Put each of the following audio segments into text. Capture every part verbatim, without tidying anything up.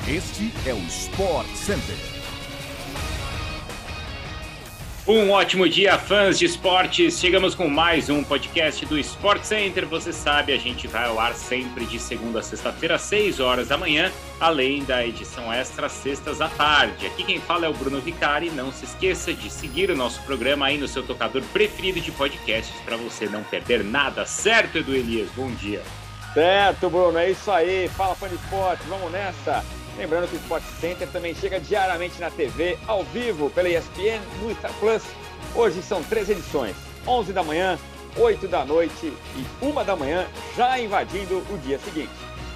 Este é o Sport Center. Um ótimo dia, fãs de esportes. Chegamos com mais um podcast do Sport Center. Você sabe, a gente vai ao ar sempre de segunda a sexta-feira, às seis horas da manhã, além da edição extra, sextas à tarde. Aqui quem fala é o Bruno Vicari. Não se esqueça de seguir o nosso programa aí no seu tocador preferido de podcasts para você não perder nada. Certo, Edu Elias? Bom dia. Certo, Bruno. É isso aí. Fala, fã de esporte. Vamos nessa. Lembrando que o Sport Center também chega diariamente na T V, ao vivo, pela E S P N, no Star Plus. Hoje são três edições, onze da manhã, oito da noite e uma da manhã, já invadindo o dia seguinte.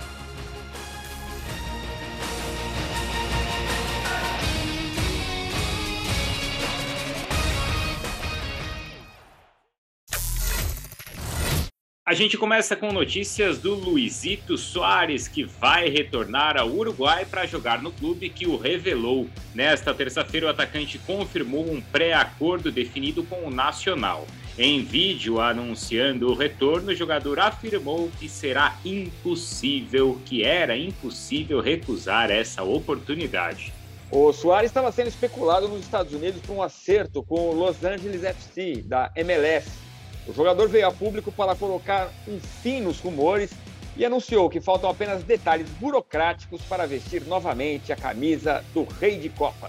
A gente começa com notícias do Luizito Soares, que vai retornar ao Uruguai para jogar no clube que o revelou. Nesta terça-feira, o atacante confirmou um pré-acordo definido com o Nacional. Em vídeo anunciando o retorno, o jogador afirmou que será impossível, que era impossível recusar essa oportunidade. O Soares estava sendo especulado nos Estados Unidos por um acerto com o Los Angeles F C, da M L S. O jogador veio a público para colocar um fim nos rumores e anunciou que faltam apenas detalhes burocráticos para vestir novamente a camisa do Rei de Copas.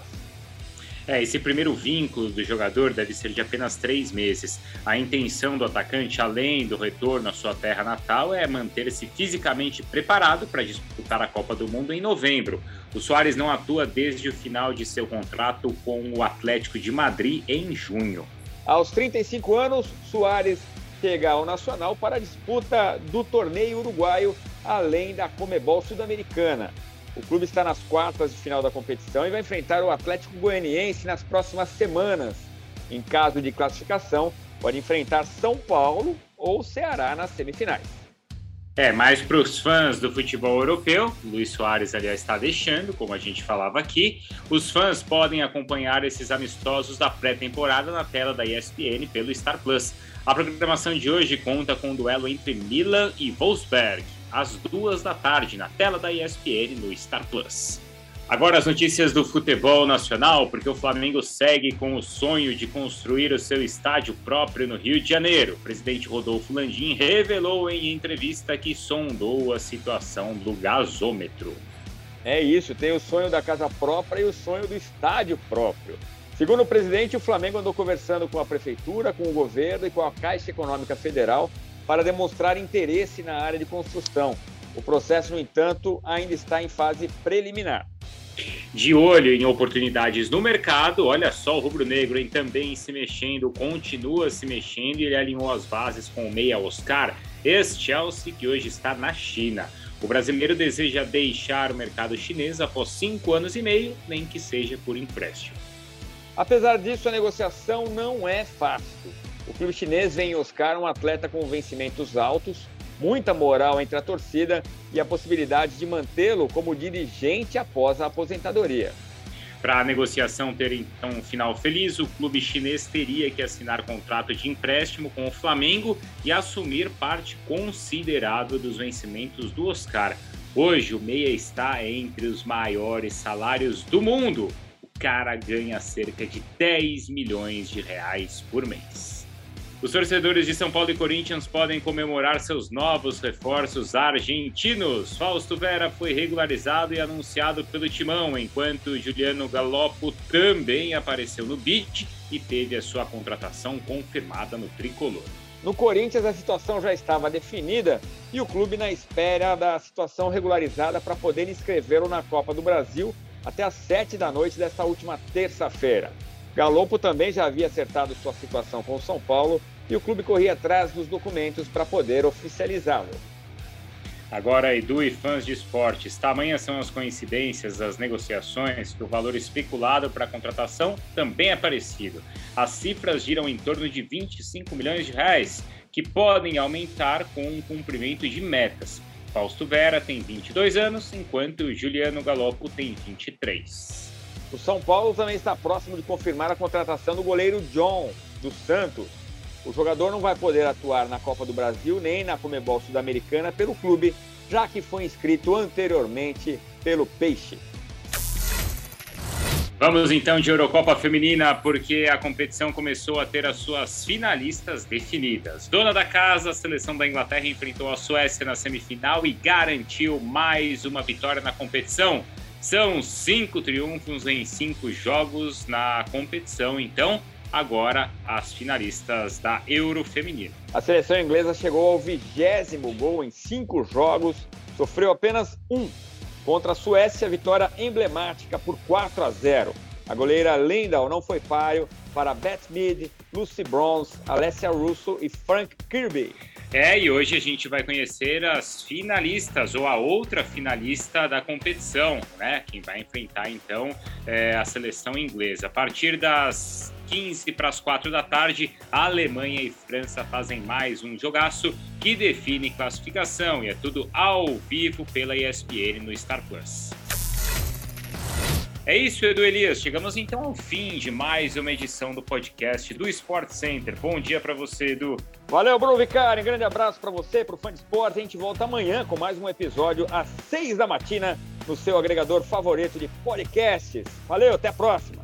É, esse primeiro vínculo do jogador deve ser de apenas três meses. A intenção do atacante, além do retorno à sua terra natal, é manter-se fisicamente preparado para disputar a Copa do Mundo em novembro. O Soares não atua desde o final de seu contrato com o Atlético de Madrid em junho. Aos trinta e cinco anos, Soares chega ao Nacional para a disputa do torneio uruguaio, além da Conmebol Sul-Americana. O clube está nas quartas de final da competição e vai enfrentar o Atlético Goianiense nas próximas semanas. Em caso de classificação, pode enfrentar São Paulo ou Ceará nas semifinais. É, mas para os fãs do futebol europeu, Luiz Soares, aliás, está deixando, como a gente falava aqui, os fãs podem acompanhar esses amistosos da pré-temporada na tela da E S P N pelo Star Plus. A programação de hoje conta com um duelo entre Milan e Wolfsberg, às duas da tarde, na tela da E S P N no Star Plus. Agora as notícias do futebol nacional, porque o Flamengo segue com o sonho de construir o seu estádio próprio no Rio de Janeiro. O presidente Rodolfo Landim revelou em entrevista que sondou a situação do gasômetro. É isso, tem o sonho da casa própria e o sonho do estádio próprio. Segundo o presidente, o Flamengo andou conversando com a prefeitura, com o governo e com a Caixa Econômica Federal para demonstrar interesse na área de construção. O processo, no entanto, ainda está em fase preliminar. De olho em oportunidades no mercado, olha só o rubro-negro hein, também se mexendo, continua se mexendo e ele alinhou as bases com o meia Oscar, ex-Chelsea, que hoje está na China. O brasileiro deseja deixar o mercado chinês após cinco anos e meio, nem que seja por empréstimo. Apesar disso, a negociação não é fácil. O clube chinês vê em Oscar um atleta com vencimentos altos, muita moral entre a torcida e a possibilidade de mantê-lo como dirigente após a aposentadoria. Para a negociação ter então um final feliz, o clube chinês teria que assinar contrato de empréstimo com o Flamengo e assumir parte considerável dos vencimentos do Oscar. Hoje o meia está entre os maiores salários do mundo. O cara ganha cerca de dez milhões de reais por mês. Os torcedores de São Paulo e Corinthians podem comemorar seus novos reforços argentinos. Fausto Vera foi regularizado e anunciado pelo Timão, enquanto Juliano Galoppo também apareceu no bid e teve a sua contratação confirmada no tricolor. No Corinthians, a situação já estava definida e o clube na espera da situação regularizada para poder inscrevê-lo na Copa do Brasil até às sete da noite desta última terça-feira. Galoppo também já havia acertado sua situação com o São Paulo e o clube corria atrás dos documentos para poder oficializá-lo. Agora, Edu e fãs de esportes, tamanhas são as coincidências das negociações que o valor especulado para a contratação também é parecido. As cifras giram em torno de vinte e cinco milhões de reais, que podem aumentar com o cumprimento de metas. Fausto Vera tem vinte e dois anos, enquanto Juliano Galoppo tem vinte e três. O São Paulo também está próximo de confirmar a contratação do goleiro John, do Santos. O jogador não vai poder atuar na Copa do Brasil nem na Conmebol Sul-Americana pelo clube, já que foi inscrito anteriormente pelo Peixe. Vamos então de Eurocopa Feminina, porque a competição começou a ter as suas finalistas definidas. Dona da casa, a seleção da Inglaterra enfrentou a Suécia na semifinal e garantiu mais uma vitória na competição. São cinco triunfos em cinco jogos na competição, então agora as finalistas da Euro Feminina. A seleção inglesa chegou ao vigésimo gol em cinco jogos, sofreu apenas um. Contra a Suécia, vitória emblemática por quatro a zero. A goleira Lindahl não foi paio para Beth Mead, Lucy Bronze, Alessia Russo e Frank Kirby. É, e hoje a gente vai conhecer as finalistas, ou a outra finalista da competição, né? Quem vai enfrentar, então, é a seleção inglesa. A partir das quinze para as quatro da tarde, a Alemanha e França fazem mais um jogaço que define classificação, e é tudo ao vivo pela E S P N no Star Plus. É isso, Edu Elias. Chegamos então ao fim de mais uma edição do podcast do Sport Center. Bom dia para você, Edu. Valeu, Bruno Vicari. Um grande abraço para você, para o Fã de Esporte. A gente volta amanhã com mais um episódio às seis da matina no seu agregador favorito de podcasts. Valeu, até a próxima.